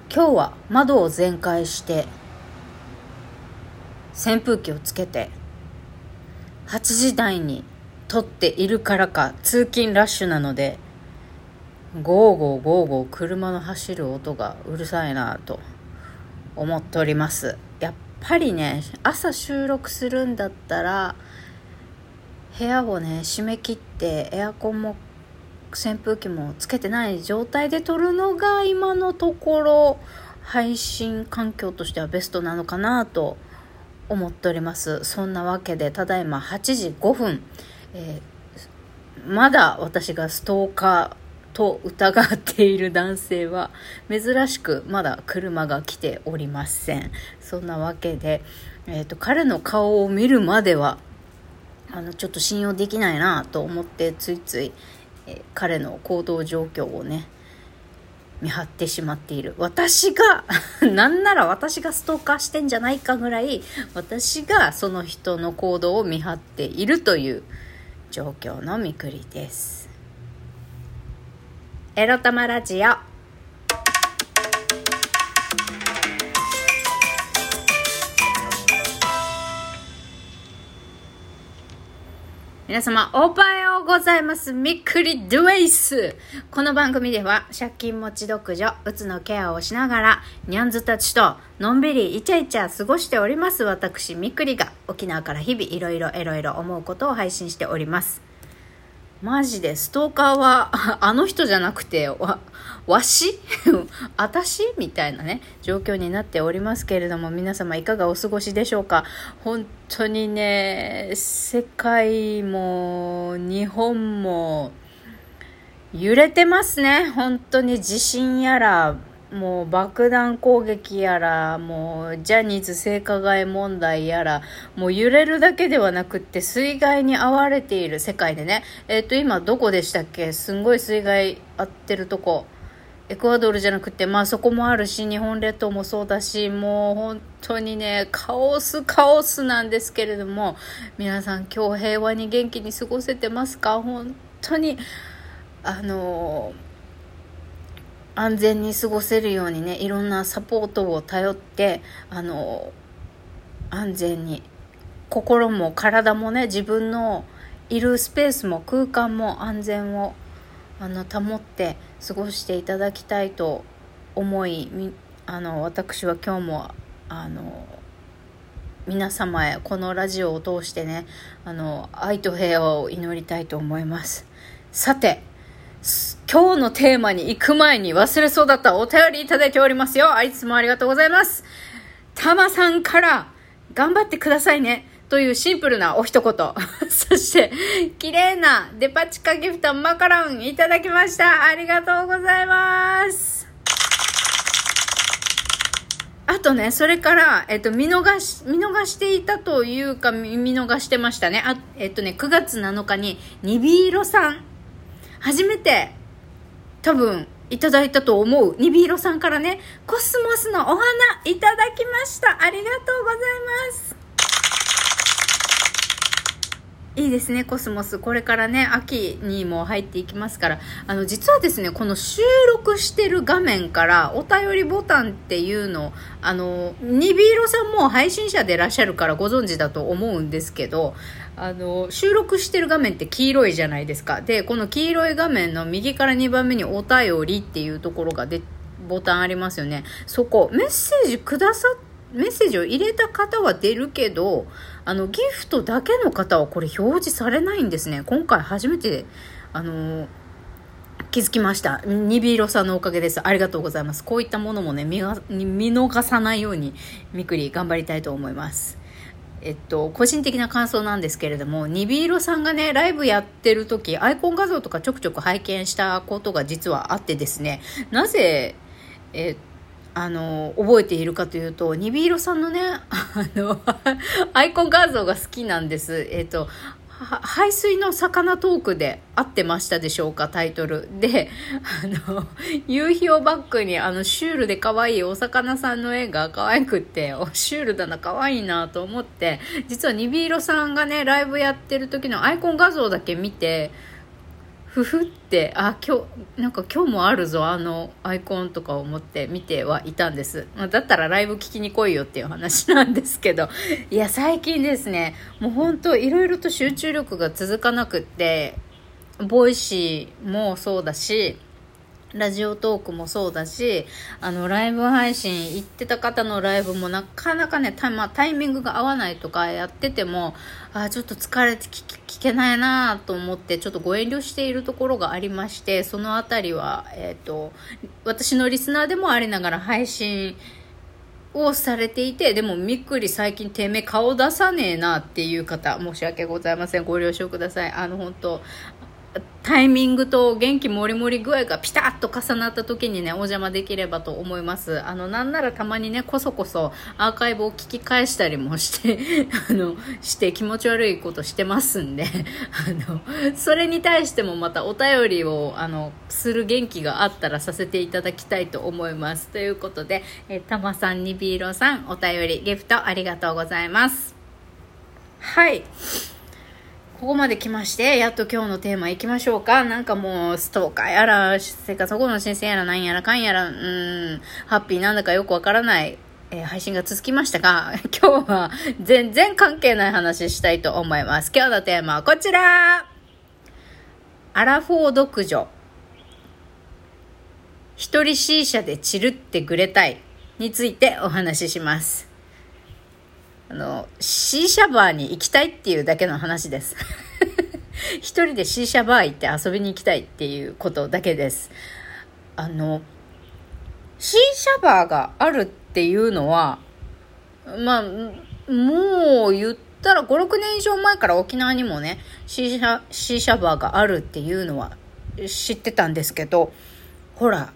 今日は窓を全開して扇風機をつけて8時台に撮っているからか通勤ラッシュなのでゴーゴーゴーゴー車の走る音がうるさいなと思っております。やっぱりね、朝収録するんだったら部屋をね閉め切ってエアコンも扇風機もつけてない状態で撮るのが今のところ配信環境としてはベストなのかなと思っております。そんなわけでただいま8時5分、まだ私がストーカーと疑っている男性は珍しくまだ車が来ておりません。そんなわけで、彼の顔を見るまではちょっと信用できないなと思ってついつい彼の行動状況をね見張ってしまっている。私がなんなら私がストーカーしてんじゃないかぐらい私がその人の行動を見張っているという状況のみくりです。エロ玉ラジオ、皆様おはようございます。みっくりドゥエイス。この番組では借金持ち独女うつのケアをしながらニャンズたちとのんびりイチャイチャ過ごしております私みっくりが沖縄から日々いろいろエロエロ思うことを配信しております。マジでストーカーはあの人じゃなくてわしあたしみたいなね状況になっておりますけれども、皆様いかがお過ごしでしょうか。本当にね、世界も日本も揺れてますね。本当に地震やらもう爆弾攻撃やらもうジャニーズ性加害問題やら、もう揺れるだけではなくって水害に遭われている世界でね、今どこでしたっけ、すんごい水害遭ってるとこ、エクアドルじゃなくてそこもあるし日本列島もそうだし、もう本当にねカオスなんですけれども、皆さん今日平和に元気に過ごせてますか。本当に安全に過ごせるようにね、いろんなサポートを頼って安全に心も体もね、自分のいるスペースも空間も安全を保って過ごしていただきたいと思い、私は今日も皆様へこのラジオを通してね愛と平和を祈りたいと思います。さて今日のテーマに行く前に忘れそうだったお便りいただいておりますよ。いつもありがとうございます。たまさんから頑張ってくださいねというシンプルなお一言そして綺麗なデパ地下ギフトマカロンいただきました。ありがとうございます。あとね、それから見逃していたというか見逃してましたね。9月7日にニビーロさん初めて多分いただいたと思うニビーロさんからね、コスモスのお花いただきました。ありがとうございます。いいですね、コスモス。これからね秋にも入っていきますから、実はですね、この収録してる画面からお便りボタンっていうのニビーロさんも配信者でいらっしゃるからご存知だと思うんですけど、収録してる画面って黄色いじゃないですか。でこの黄色い画面の右から2番目にお便りっていうところがボタンありますよね。そこメッセージを入れた方は出るけどギフトだけの方はこれ表示されないんですね。今回初めて気づきました。ニビーロさんのおかげです。ありがとうございます。こういったものもね見逃さないようにみくり頑張りたいと思います。個人的な感想なんですけれども、ニビーロさんがねライブやってる時アイコン画像とかちょくちょく拝見したことが実はあってですね、なぜ覚えているかというと、ニビーロさんのねアイコン画像が好きなんです。排水の魚トークで合ってましたでしょうか、タイトルで夕日をバックにシュールで可愛いお魚さんの絵が可愛くってシュールだな可愛いなと思って、実はニビーロさんがねライブやってる時のアイコン画像だけ見てふふって、今日もあるぞ、アイコンとか思って見てはいたんです。だったらライブ聞きに来いよっていう話なんですけど、いや、最近ですね、もう本当いろいろと集中力が続かなくって、ボイシーもそうだし、ラジオトークもそうだし、ライブ配信行ってた方のライブもなかなかね、タイミングが合わないとかやってても、ちょっと疲れて聞けないなと思って、ちょっとご遠慮しているところがありまして、そのあたりは、私のリスナーでもありながら配信をされていて、でもみっくり最近てめえ顔出さねえなっていう方、申し訳ございません。ご了承ください。本当タイミングと元気もりもり具合がピタッと重なった時にね、お邪魔できればと思います。なんならたまにね、こそこそアーカイブを聞き返したりもしてして気持ち悪いことしてますんでそれに対してもまたお便りをする元気があったらさせていただきたいと思います。ということで、たまさんにビーロさん、お便りギフトありがとうございます。はい、ここまで来まして、やっと今日のテーマいきましょうか。なんかもうストーカーやら生活保護の申請やらなんやらかんやらハッピーなんだかよくわからない、配信が続きましたが、今日は全然関係ない話したいと思います。今日のテーマはこちら。アラフォー独女、一人 C 社でチルってくれたいについてお話しします。C 社バーに行きたいっていうだけの話です一人で C 社バー行って遊びに行きたいっていうことだけです。C 社バーがあるっていうのは、もう言ったら5、6年以上前から沖縄にもね C 社バーがあるっていうのは知ってたんですけど、ほら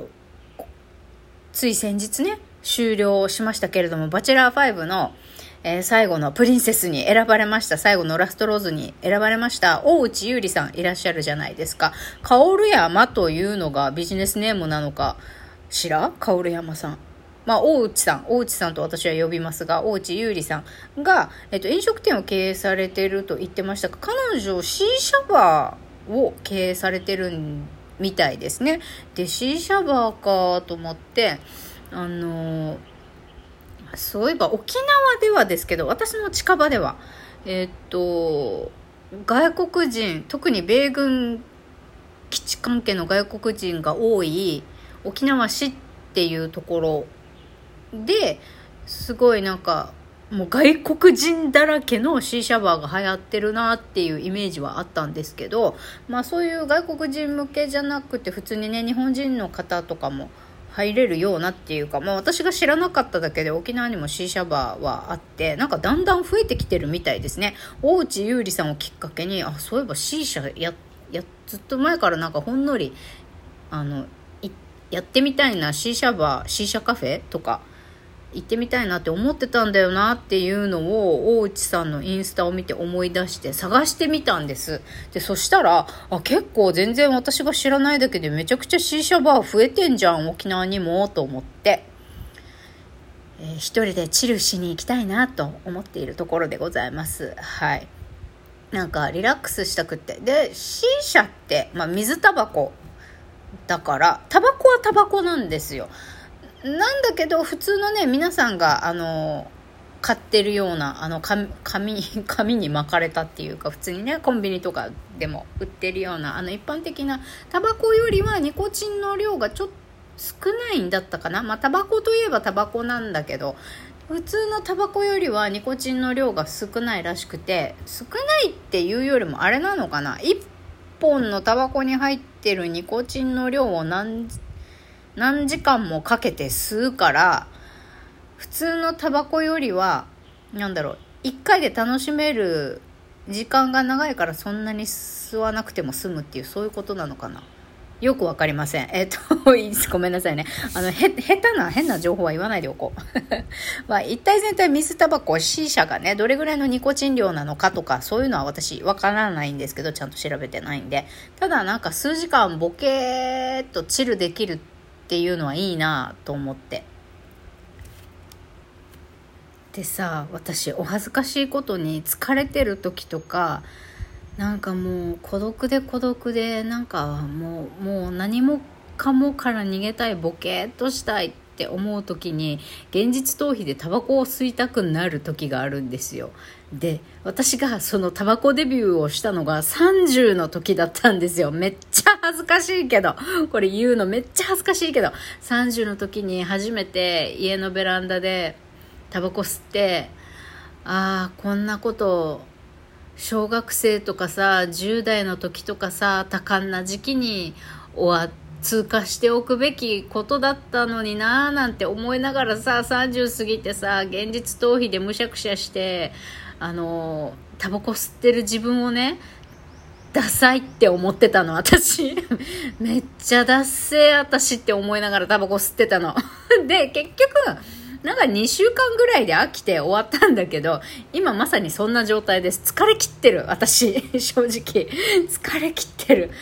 つい先日ね終了しましたけれども、バチェラー5の最後のプリンセスに選ばれました、最後のラストローズに選ばれました大内優里さんいらっしゃるじゃないですか。薫山というのがビジネスネームなのかしら、薫山さん、大内さんと私は呼びますが、大内優里さんが、飲食店を経営されていると言ってましたが、彼女 C 社バーを経営されてるみたいですね。で C 社バーかと思って、そういえば沖縄ではですけど、私の近場では外国人、特に米軍基地関係の外国人が多い沖縄市っていうところですごいなんかもう外国人だらけの C 社バーが流行ってるなっていうイメージはあったんですけど、そういう外国人向けじゃなくて普通にね日本人の方とかも入れるようなっていうか、私が知らなかっただけで沖縄にも C 社バーはあって、なんかだんだん増えてきてるみたいですね。大内優里さんをきっかけに、そういえば C 社ずっと前からなんかほんのりやってみたいな C 社バー C 社カフェとか行ってみたいなって思ってたんだよなっていうのを大内さんのインスタを見て思い出して探してみたんです。でそしたら結構全然私が知らないだけでめちゃくちゃ C 社バー増えてんじゃん沖縄にもと思って、一人でチルしに行きたいなと思っているところでございます。はい、なんかリラックスしたくて、で C 社って、水タバコだからタバコはタバコなんですよ。なんだけど普通のね皆さんが買ってるような紙に巻かれたっていうか、普通にねコンビニとかでも売ってるような一般的なタバコよりはニコチンの量がちょっと少ないんだったかな。タバコといえばタバコなんだけど普通のタバコよりはニコチンの量が少ないらしくて、少ないっていうよりもあれなのかな、1本のタバコに入ってるニコチンの量を何時間もかけて吸うから、普通のタバコよりは1回で楽しめる時間が長いからそんなに吸わなくても済むっていう、そういうことなのかな。よくわかりません。ごめんなさいね。変な情報は言わないでおこう。一体全体水タバコ C 社がね、どれぐらいのニコチン量なのかとか、そういうのは私わからないんですけど、ちゃんと調べてないんで。ただなんか数時間ボケーっとチルできるっていうのはいいなと思って。でさ、私お恥ずかしいことに疲れてる時とか、 なんかもう孤独でなんかもう何もかもから逃げたい、ボケーっとしたいって思う時に現実逃避でタバコを吸いたくなる時があるんですよ。で、私がそのタバコデビューをしたのが30の時だったんですよ。めっちゃ恥ずかしいけど、これ言うのめっちゃ恥ずかしいけど、30の時に初めて家のベランダでタバコ吸って、こんなこと小学生とかさ、10代の時とかさ、多感な時期に通過しておくべきことだったのになーなんて思いながらさ、30過ぎてさ、現実逃避でむしゃくしゃしてタバコ吸ってる自分をね、ダサいって思ってたの、私。めっちゃダッセー私って思いながらタバコ吸ってたの。で、結局なんか2週間ぐらいで飽きて終わったんだけど、今まさにそんな状態です。疲れ切ってる、私。正直。疲れ切ってる。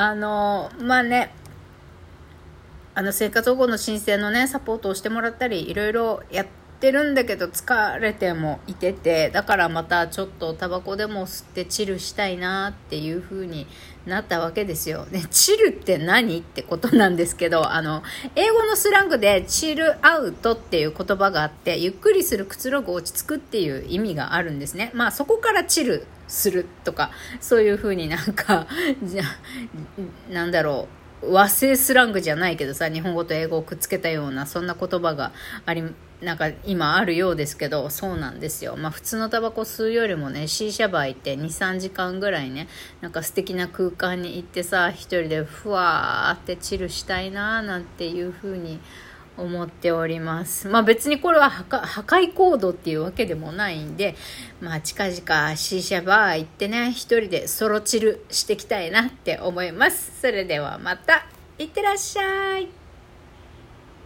生活保護の申請のね、サポートをしてもらったり、いろいろやってるんだけど、疲れてもいてて、だからまたちょっとタバコでも吸ってチルしたいなっていう風になったわけですよ。ね、チルって何ってことなんですけど、英語のスラングでチルアウトっていう言葉があって、ゆっくりする、くつろぐ、落ち着くっていう意味があるんですね。まあそこからチルするとか、そういう風になんか、なんだろう、和製スラングじゃないけどさ、日本語と英語をくっつけたようなそんな言葉がなんか今あるようですけど、そうなんですよ。まあ普通のタバコ吸うよりもね、シーシャバー行って 2,3 時間ぐらいね、なんか素敵な空間に行ってさ、一人でふわーってチルしたいなーなんていう風に思っております。まあ別にこれは破壊行動っていうわけでもないんで、まあ近々シーシャバー行ってね、一人でソロチルしていきたいなって思います。それではまた、いってらっしゃい。